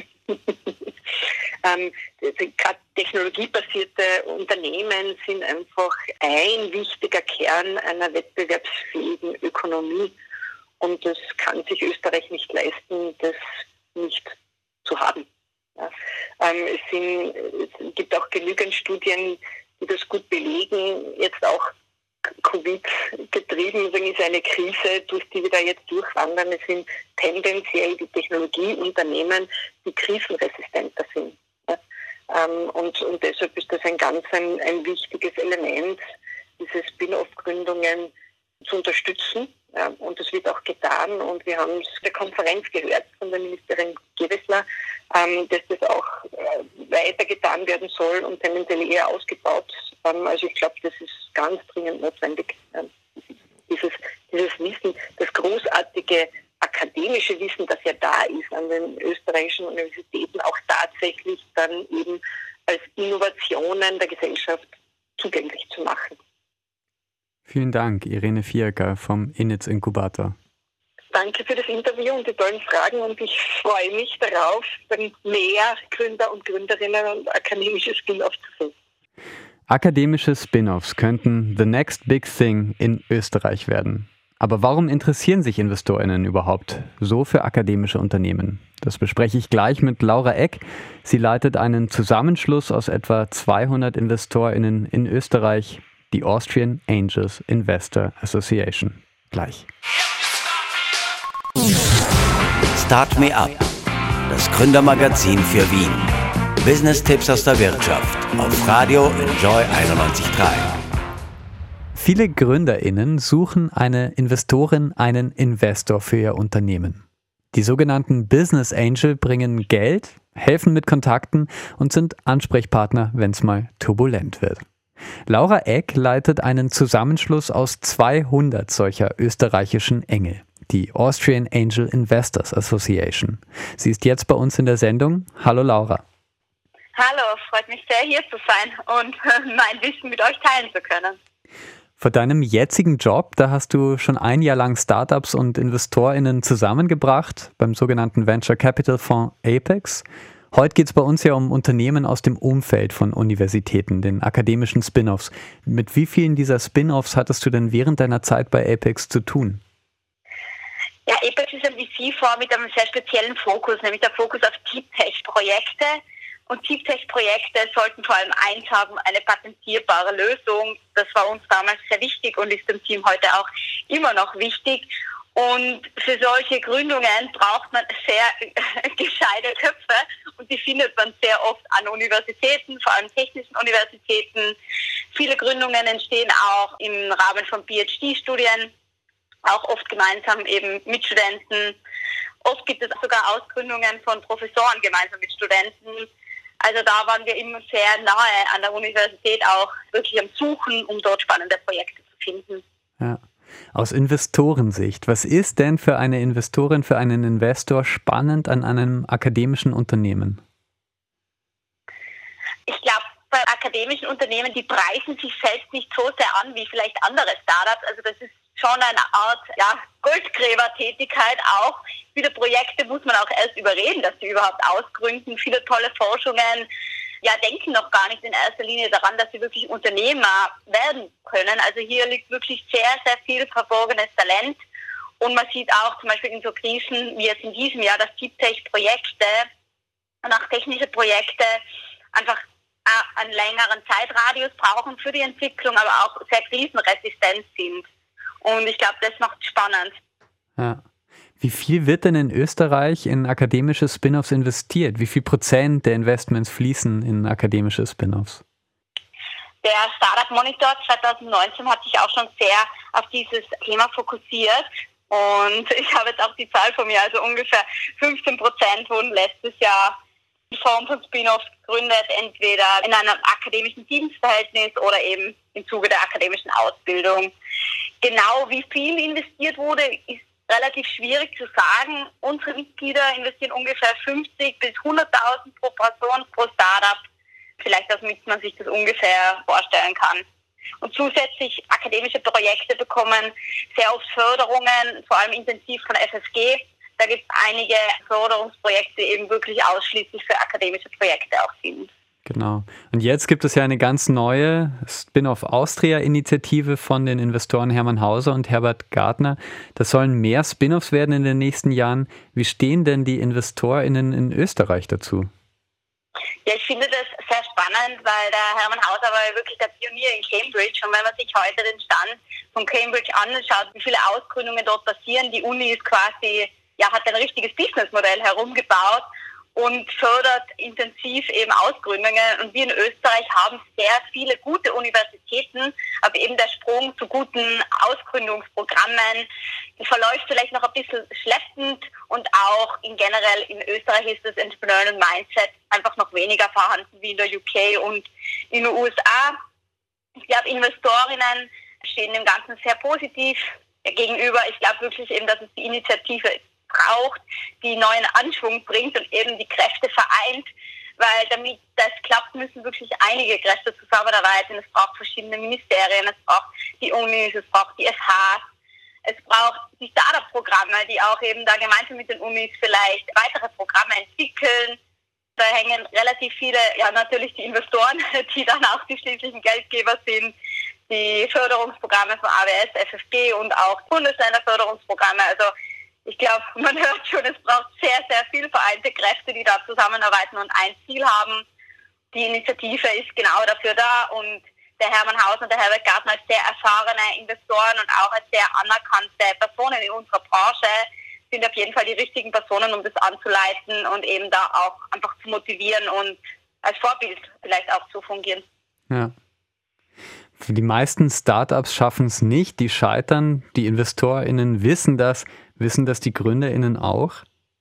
ähm, gerade technologiebasierte Unternehmen sind einfach ein wichtiger Kern einer wettbewerbsfähigen Ökonomie. Und das kann sich Österreich nicht leisten, das nicht zu haben. Ja. Ähm, es, sind, es gibt auch genügend Studien, die das gut belegen, jetzt auch Covid getrieben, ist eine Krise, durch die wir da jetzt durchwandern. Es sind tendenziell die Technologieunternehmen, die krisenresistenter sind. Ja. Ähm, und, und deshalb ist das ein ganz ein, ein wichtiges Element, diese Spin-off-Gründungen zu unterstützen. Ja, und das wird auch getan und wir haben es der Konferenz gehört von der Ministerin Gewessler, ähm, dass das auch äh, weiter getan werden soll und tendenziell eher ausgebaut. Ähm, also ich glaube, das ist ganz dringend notwendig. Ähm, dieses, dieses Wissen, das großartige akademische Wissen, das ja da ist an den österreichischen Universitäten, auch tatsächlich dann eben als Innovationen der Gesellschaft zugänglich zu machen. Vielen Dank, Irene Fiaker vom I N I Z Inkubator. Danke für das Interview und die tollen Fragen und ich freue mich darauf, mehr Gründer und Gründerinnen und akademische Spin-offs zu sehen. Akademische Spin-offs könnten the next big thing in Österreich werden. Aber warum interessieren sich InvestorInnen überhaupt so für akademische Unternehmen? Das bespreche ich gleich mit Laura Eck. Sie leitet einen Zusammenschluss aus etwa zweihundert InvestorInnen in Österreich, die Austrian Angels Investor Association. Gleich. Start Me Up, das Gründermagazin für Wien. Business-Tipps aus der Wirtschaft auf Radio Enjoy einundneunzig Komma drei. Viele GründerInnen suchen eine Investorin, einen Investor für ihr Unternehmen. Die sogenannten Business Angel bringen Geld, helfen mit Kontakten und sind Ansprechpartner, wenn es mal turbulent wird. Laura Eck leitet einen Zusammenschluss aus zweihundert solcher österreichischen Engel, die Austrian Angel Investors Association. Sie ist jetzt bei uns in der Sendung. Hallo Laura. Hallo, freut mich sehr, hier zu sein und mein Wissen mit euch teilen zu können. Vor deinem jetzigen Job, da hast du schon ein Jahr lang Startups und InvestorInnen zusammengebracht beim sogenannten Venture Capital Fonds Apex. Heute geht es bei uns ja um Unternehmen aus dem Umfeld von Universitäten, den akademischen Spin-offs. Mit wie vielen dieser Spin-offs hattest du denn während deiner Zeit bei Apex zu tun? Ja, Apex ist ein V C-Fonds mit einem sehr speziellen Fokus, nämlich der Fokus auf Deep Tech-Projekte. Und Deep Tech-Projekte sollten vor allem eins haben, eine patentierbare Lösung. Das war uns damals sehr wichtig und ist dem Team heute auch immer noch wichtig. Und für solche Gründungen braucht man sehr gescheite Köpfe und die findet man sehr oft an Universitäten, vor allem technischen Universitäten. Viele Gründungen entstehen auch im Rahmen von P H D-Studien, auch oft gemeinsam eben mit Studenten. Oft gibt es sogar Ausgründungen von Professoren gemeinsam mit Studenten. Also da waren wir immer sehr nahe an der Universität auch wirklich am Suchen, um dort spannende Projekte zu finden. Ja. Aus Investorensicht, was ist denn für eine Investorin, für einen Investor spannend an einem akademischen Unternehmen? Ich glaube, bei akademischen Unternehmen, die preisen sich selbst nicht so sehr an wie vielleicht andere Startups. Also das ist schon eine Art ja, Goldgräbertätigkeit auch. Viele Projekte muss man auch erst überreden, dass sie überhaupt ausgründen. Viele tolle Forschungen ja, denken noch gar nicht in erster Linie daran, dass sie wirklich Unternehmer werden können. Also hier liegt wirklich sehr, sehr viel verborgenes Talent. Und man sieht auch zum Beispiel in so Krisen wie jetzt in diesem Jahr, dass Deep Tech-Projekte und auch technische Projekte einfach einen längeren Zeitradius brauchen für die Entwicklung, aber auch sehr krisenresistent sind. Und ich glaube, das macht es spannend. Ja. Wie viel wird denn in Österreich in akademische Spin-offs investiert? Wie viel Prozent der Investments fließen in akademische Spin-offs? Der Startup Monitor zwanzig neunzehn hat sich auch schon sehr auf dieses Thema fokussiert. Und ich habe jetzt auch die Zahl von mir, also ungefähr fünfzehn Prozent wurden letztes Jahr in Form von Spin-offs gegründet, entweder in einem akademischen Dienstverhältnis oder eben im Zuge der akademischen Ausbildung. Genau wie viel investiert wurde, ist relativ schwierig zu sagen. Unsere Mitglieder investieren ungefähr fünfzig bis hunderttausend pro Person pro Startup. Vielleicht, damit man sich das ungefähr vorstellen kann. Und zusätzlich akademische Projekte bekommen sehr oft Förderungen, vor allem intensiv von F F G. Da gibt es einige Förderungsprojekte, die eben wirklich ausschließlich für akademische Projekte auch sind. Genau. Und jetzt gibt es ja eine ganz neue Spin-off Austria-Initiative von den Investoren Hermann Hauser und Herbert Gardner. Das sollen mehr Spin-offs werden in den nächsten Jahren. Wie stehen denn die InvestorInnen in Österreich dazu? Ja, ich finde das sehr spannend, weil der Hermann Hauser war ja wirklich der Pionier in Cambridge. Und wenn man sich heute den Stand von Cambridge anschaut, wie viele Ausgründungen dort passieren, die Uni ist quasi, ja, hat ein richtiges Businessmodell herumgebaut und fördert intensiv eben Ausgründungen. Und wir in Österreich haben sehr viele gute Universitäten, aber eben der Sprung zu guten Ausgründungsprogrammen verläuft vielleicht noch ein bisschen schleppend und auch in generell in Österreich ist das Entrepreneurial Mindset einfach noch weniger vorhanden wie in der U K und in den U S A. Ich glaube, Investorinnen stehen dem Ganzen sehr positiv gegenüber. Ich glaube wirklich eben, dass es die Initiative braucht, die neuen Anschwung bringt und eben die Kräfte vereint, weil damit das klappt, müssen wirklich einige Kräfte zusammenarbeiten. Es braucht verschiedene Ministerien, es braucht die Unis, es braucht die F Hs, es braucht die Startup-Programme, die auch eben da gemeinsam mit den Unis vielleicht weitere Programme entwickeln. Da hängen relativ viele, ja natürlich die Investoren, die dann auch die schließlichen Geldgeber sind, die Förderungsprogramme von A W S, F F G und auch Bundesländerförderungsprogramme. Also ich glaube, man hört schon, es braucht sehr, sehr viel vereinte Kräfte, die da zusammenarbeiten und ein Ziel haben. Die Initiative ist genau dafür da und der Hermann Hauser und der Herbert Gardner als sehr erfahrene Investoren und auch als sehr anerkannte Personen in unserer Branche sind auf jeden Fall die richtigen Personen, um das anzuleiten und eben da auch einfach zu motivieren und als Vorbild vielleicht auch zu fungieren. Ja. Für die meisten Startups schaffen es nicht, die scheitern, die InvestorInnen wissen das, wissen das die GründerInnen auch?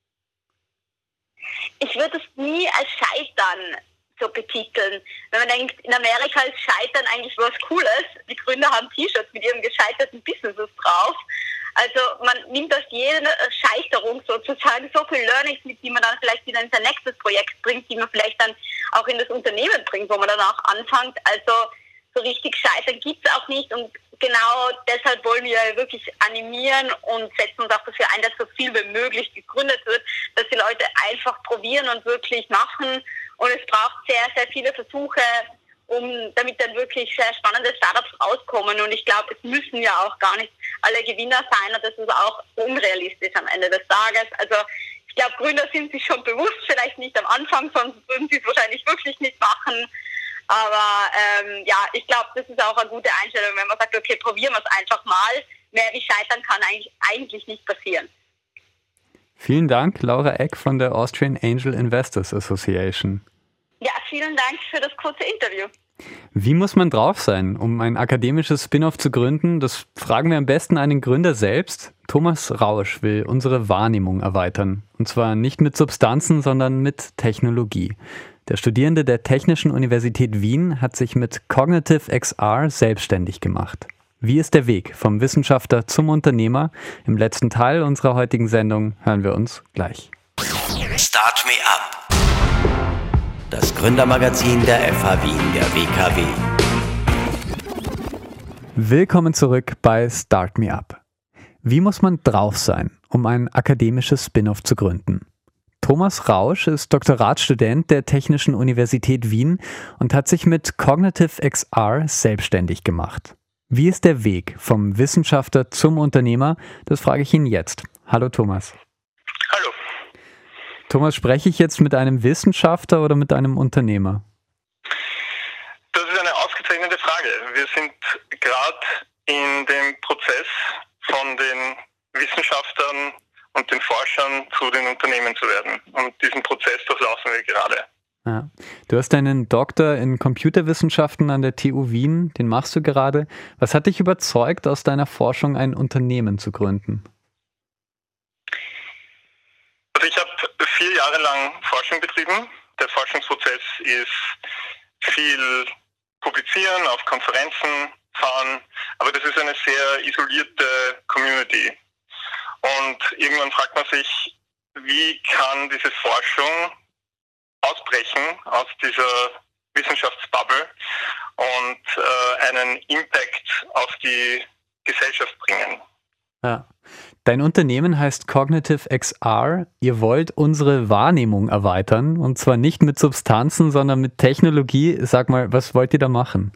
Ich würde es nie als Scheitern so betiteln. Wenn man denkt, in Amerika ist Scheitern eigentlich was Cooles. Die Gründer haben T-Shirts mit ihrem gescheiterten Businesses drauf. Also man nimmt aus jeder Scheiterung sozusagen so viel Learnings mit, die man dann vielleicht wieder in sein nächstes Projekt bringt, die man vielleicht dann auch in das Unternehmen bringt, wo man dann auch anfängt. Also so richtig Scheitern gibt es auch nicht und genau deshalb wollen wir wirklich animieren und setzen uns auch dafür ein, dass so viel wie möglich gegründet wird, dass die Leute einfach probieren und wirklich machen und es braucht sehr, sehr viele Versuche, um damit dann wirklich sehr spannende Startups rauskommen und ich glaube, es müssen ja auch gar nicht alle Gewinner sein und das ist auch unrealistisch am Ende des Tages. Also ich glaube, Gründer sind sich schon bewusst, vielleicht nicht am Anfang, sonst würden sie es wahrscheinlich wirklich nicht machen. Aber ähm, ja, ich glaube, das ist auch eine gute Einstellung, wenn man sagt, okay, probieren wir es einfach mal. Mehr wie scheitern kann eigentlich, eigentlich nicht passieren. Vielen Dank, Laura Eck von der Austrian Angel Investors Association. Ja, vielen Dank für das kurze Interview. Wie muss man drauf sein, um ein akademisches Spin-off zu gründen? Das fragen wir am besten einen Gründer selbst. Thomas Rausch will unsere Wahrnehmung erweitern. Und zwar nicht mit Substanzen, sondern mit Technologie. Der Studierende der Technischen Universität Wien hat sich mit Cognitive X R selbstständig gemacht. Wie ist der Weg vom Wissenschaftler zum Unternehmer? Im letzten Teil unserer heutigen Sendung hören wir uns gleich. Start Me Up. Das Gründermagazin der F H Wien, der W K W. Willkommen zurück bei Start Me Up. Wie muss man drauf sein, um ein akademisches Spin-off zu gründen? Thomas Rausch ist Doktoratsstudent der Technischen Universität Wien und hat sich mit Cognitive X R selbstständig gemacht. Wie ist der Weg vom Wissenschaftler zum Unternehmer? Das frage ich ihn jetzt. Hallo Thomas. Hallo. Thomas, spreche ich jetzt mit einem Wissenschaftler oder mit einem Unternehmer? Das ist eine ausgezeichnete Frage. Wir sind gerade in dem Prozess von den Wissenschaftlern und den Forschern zu den Unternehmen zu werden. Und diesen Prozess durchlaufen wir gerade. Ja. Du hast einen Doktor in Computerwissenschaften an der T U Wien, den machst du gerade. Was hat dich überzeugt, aus deiner Forschung ein Unternehmen zu gründen? Also ich habe vier Jahre lang Forschung betrieben. Der Forschungsprozess ist viel publizieren, auf Konferenzen fahren, aber das ist eine sehr isolierte Community. Und irgendwann fragt man sich, wie kann diese Forschung ausbrechen aus dieser Wissenschaftsbubble und äh, einen Impact auf die Gesellschaft bringen. Ja. Dein Unternehmen heißt Cognitive X R. Ihr wollt unsere Wahrnehmung erweitern und zwar nicht mit Substanzen, sondern mit Technologie. Sag mal, was wollt ihr da machen?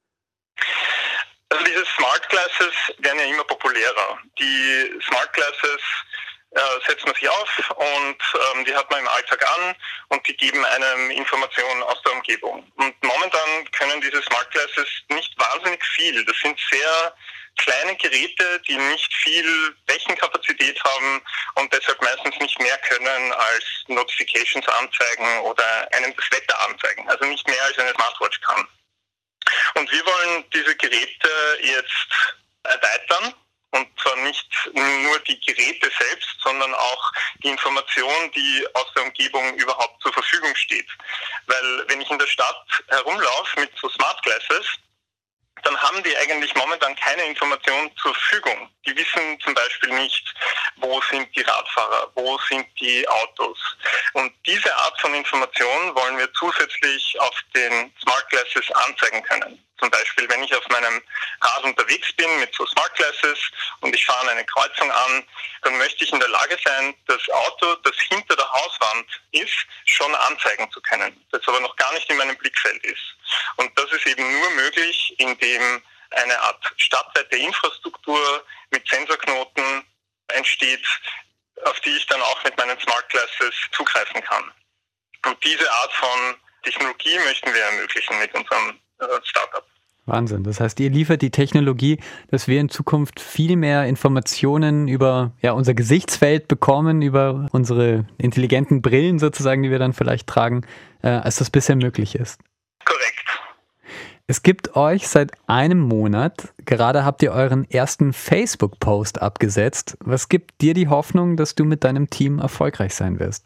Also diese Smart Glasses werden ja immer populärer. Die Smart Glasses äh, setzt man sich auf und ähm, die hat man im Alltag an und die geben einem Informationen aus der Umgebung. Und momentan können diese Smart Glasses nicht wahnsinnig viel. Das sind sehr kleine Geräte, die nicht viel Rechenkapazität haben und deshalb meistens nicht mehr können als Notifications anzeigen oder einem das Wetter anzeigen. Also nicht mehr als eine Smartwatch kann. Und wir wollen diese Geräte jetzt erweitern und zwar nicht nur die Geräte selbst, sondern auch die Information, die aus der Umgebung überhaupt zur Verfügung steht. Weil wenn ich in der Stadt herumlaufe mit so Smart Glasses, dann haben die eigentlich momentan keine Information zur Verfügung. Die wissen zum Beispiel nicht, wo sind die Radfahrer, wo sind die Autos. Und diese Art von Information wollen wir zusätzlich auf den Smart Glasses anzeigen können. Zum Beispiel, wenn ich auf meinem Rad unterwegs bin mit so Smart Glasses und ich fahre eine Kreuzung an, dann möchte ich in der Lage sein, das Auto, das hinter der Hauswand ist, schon anzeigen zu können, das aber noch gar nicht in meinem Blickfeld ist. Und das ist eben nur möglich, indem eine Art stadtweite Infrastruktur mit Sensorknoten entsteht, auf die ich dann auch mit meinen Smart Glasses zugreifen kann. Und diese Art von Technologie möchten wir ermöglichen mit unserem Startup. Wahnsinn. Das heißt, ihr liefert die Technologie, dass wir in Zukunft viel mehr Informationen über ja, unser Gesichtsfeld bekommen, über unsere intelligenten Brillen sozusagen, die wir dann vielleicht tragen, äh, als das bisher möglich ist. Korrekt. Es gibt euch seit einem Monat, gerade habt ihr euren ersten Facebook-Post abgesetzt. Was gibt dir die Hoffnung, dass du mit deinem Team erfolgreich sein wirst?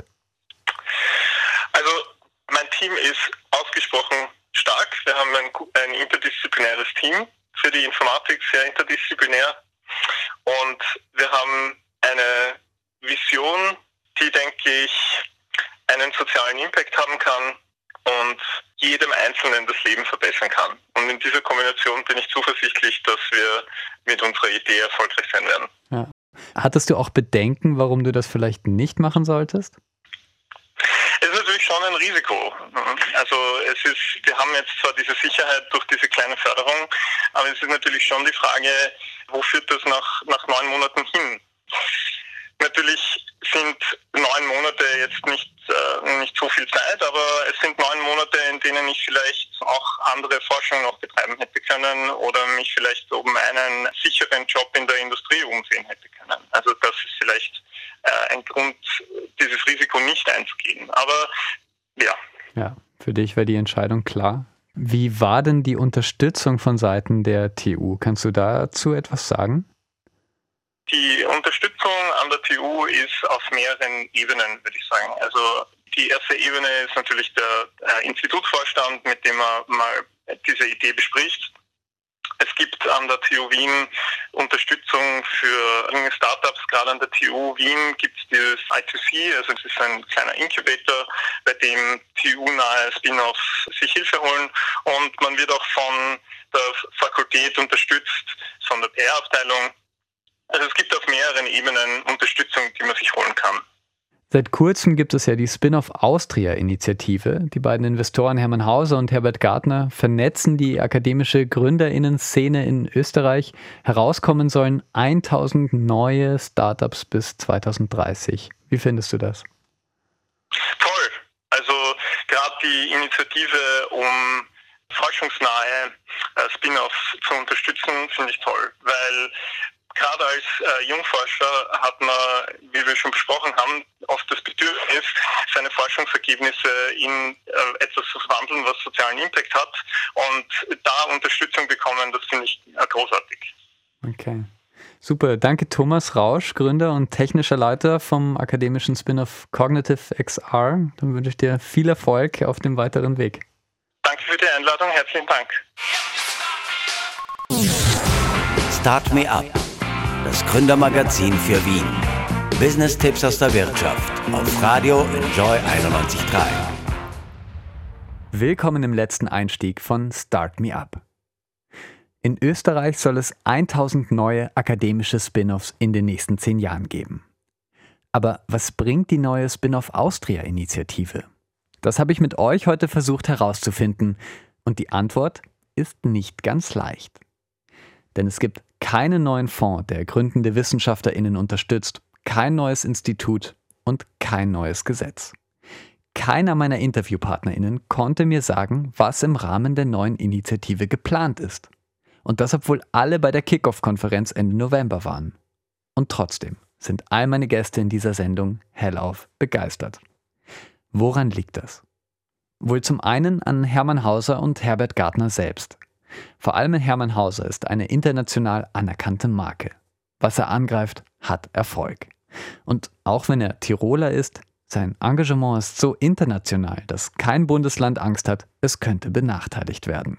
Also mein Team ist ausgesprochen stark. Wir haben ein, ein interdisziplinäres Team für die Informatik, sehr interdisziplinär. Und wir haben eine Vision, die, denke ich, einen sozialen Impact haben kann und jedem Einzelnen das Leben verbessern kann. Und in dieser Kombination bin ich zuversichtlich, dass wir mit unserer Idee erfolgreich sein werden. Ja. Hattest du auch Bedenken, warum du das vielleicht nicht machen solltest? Es ist natürlich schon ein Risiko. Also es ist, wir haben jetzt zwar diese Sicherheit durch diese kleine Förderung, aber es ist natürlich schon die Frage, wo führt das nach, nach neun Monaten hin? Natürlich sind neun Monate jetzt nicht, äh, nicht so viel Zeit, aber es sind neun Monate, in denen ich vielleicht auch andere Forschung noch betreiben hätte können oder mich vielleicht um einen sicheren Job in der Industrie umsehen hätte können. Also das ist vielleicht äh, ein Grund, dieses Risiko nicht einzugehen. Aber ja. Ja, für dich war die Entscheidung klar. Wie war denn die Unterstützung von Seiten der T U? Kannst du dazu etwas sagen? Die Unterstützung an der T U ist auf mehreren Ebenen, würde ich sagen. Also die erste Ebene ist natürlich der äh, Institutsvorstand, mit dem man mal diese Idee bespricht. Es gibt an der T U Wien Unterstützung für junge Startups. Gerade an der T U Wien gibt es dieses I zwei C, also es ist ein kleiner Incubator, bei dem T U-nahe Spin-offs sich Hilfe holen. Und man wird auch von der Fakultät unterstützt, von der P R-Abteilung. Also es gibt auf mehreren Ebenen Unterstützung, die man sich holen kann. Seit kurzem gibt es ja die Spin-off Austria-Initiative. Die beiden Investoren Hermann Hauser und Herbert Gartner vernetzen die akademische GründerInnen-Szene in Österreich. Herauskommen sollen tausend neue Startups bis zwanzig dreißig. Wie findest du das? Toll. Also gerade die Initiative, um forschungsnahe äh, Spin-offs zu unterstützen, finde ich toll, weil gerade als äh, Jungforscher hat man, wie wir schon besprochen haben, oft das Bedürfnis, seine Forschungsergebnisse in äh, etwas zu verwandeln, was sozialen Impact hat. Und da Unterstützung bekommen, das finde ich äh, großartig. Okay. Super. Danke Thomas Rausch, Gründer und technischer Leiter vom akademischen Spin-off Cognitive X R. Dann wünsche ich dir viel Erfolg auf dem weiteren Weg. Danke für die Einladung. Herzlichen Dank. Start Me Up. Das Gründermagazin für Wien. Business-Tipps aus der Wirtschaft auf Radio Enjoy einundneunzig Komma drei. Willkommen im letzten Einstieg von Start Me Up. In Österreich soll es tausend neue akademische Spin-offs in den nächsten zehn Jahren geben. Aber was bringt die neue Spin-off Austria-Initiative? Das habe ich mit euch heute versucht herauszufinden. Und die Antwort ist nicht ganz leicht. Denn es gibt keinen neuen Fonds, der gründende WissenschaftlerInnen unterstützt, kein neues Institut und kein neues Gesetz. Keiner meiner InterviewpartnerInnen konnte mir sagen, was im Rahmen der neuen Initiative geplant ist. Und das, obwohl alle bei der Kick-Off-Konferenz Ende November waren. Und trotzdem sind all meine Gäste in dieser Sendung hellauf begeistert. Woran liegt das? Wohl zum einen an Hermann Hauser und Herbert Gartner selbst. Vor allem Hermann Hauser ist eine international anerkannte Marke. Was er angreift, hat Erfolg. Und auch wenn er Tiroler ist, sein Engagement ist so international, dass kein Bundesland Angst hat, es könnte benachteiligt werden.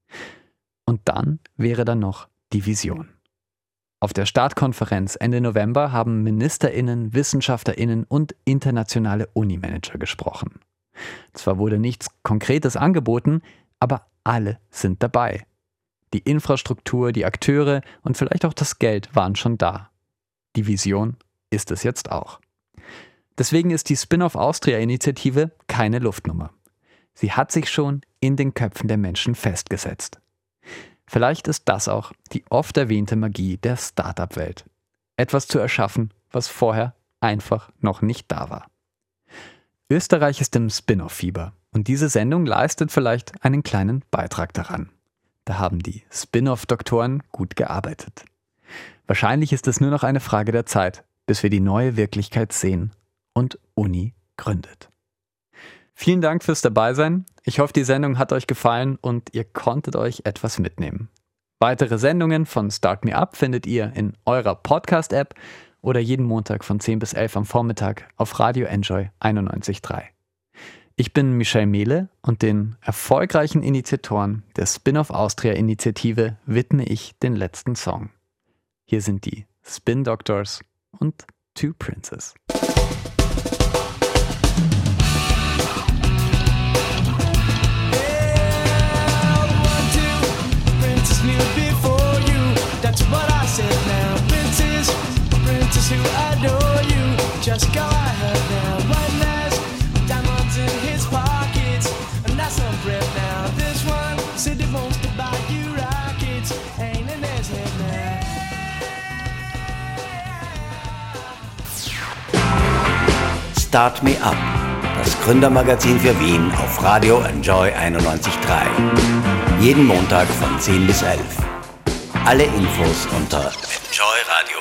Und dann wäre da noch die Vision. Auf der Startkonferenz Ende November haben MinisterInnen, WissenschaftlerInnen und internationale Unimanager gesprochen. Zwar wurde nichts Konkretes angeboten, aber alle sind dabei. Die Infrastruktur, die Akteure und vielleicht auch das Geld waren schon da. Die Vision ist es jetzt auch. Deswegen ist die Spin-off Austria-Initiative keine Luftnummer. Sie hat sich schon in den Köpfen der Menschen festgesetzt. Vielleicht ist das auch die oft erwähnte Magie der Startup-Welt. Etwas zu erschaffen, was vorher einfach noch nicht da war. Österreich ist im Spin-off-Fieber und diese Sendung leistet vielleicht einen kleinen Beitrag daran. Da haben die Spin-off-Doktoren gut gearbeitet. Wahrscheinlich ist es nur noch eine Frage der Zeit, bis wir die neue Wirklichkeit sehen und Uni gründet. Vielen Dank fürs Dabeisein. Ich hoffe, die Sendung hat euch gefallen und ihr konntet euch etwas mitnehmen. Weitere Sendungen von Start Me Up findet ihr in eurer Podcast-App oder jeden Montag von zehn bis elf am Vormittag auf Radio Enjoy einundneunzig Komma drei. Ich bin Michel Mehle und den erfolgreichen Initiatoren der Spin-off Austria-Initiative widme ich den letzten Song. Hier sind die Spin Doctors und Two Princes. That's what I said now. Princess, princess who adore you. Just go ahead now. One last diamonds in his pockets. And that's some bread now. This one said he wants to buy you rockets. Ain't in his head now. Start Me Up. Das Gründermagazin für Wien auf Radio Enjoy einundneunzig Komma drei. Jeden Montag von zehn bis elf. Alle Infos unter enjoy radio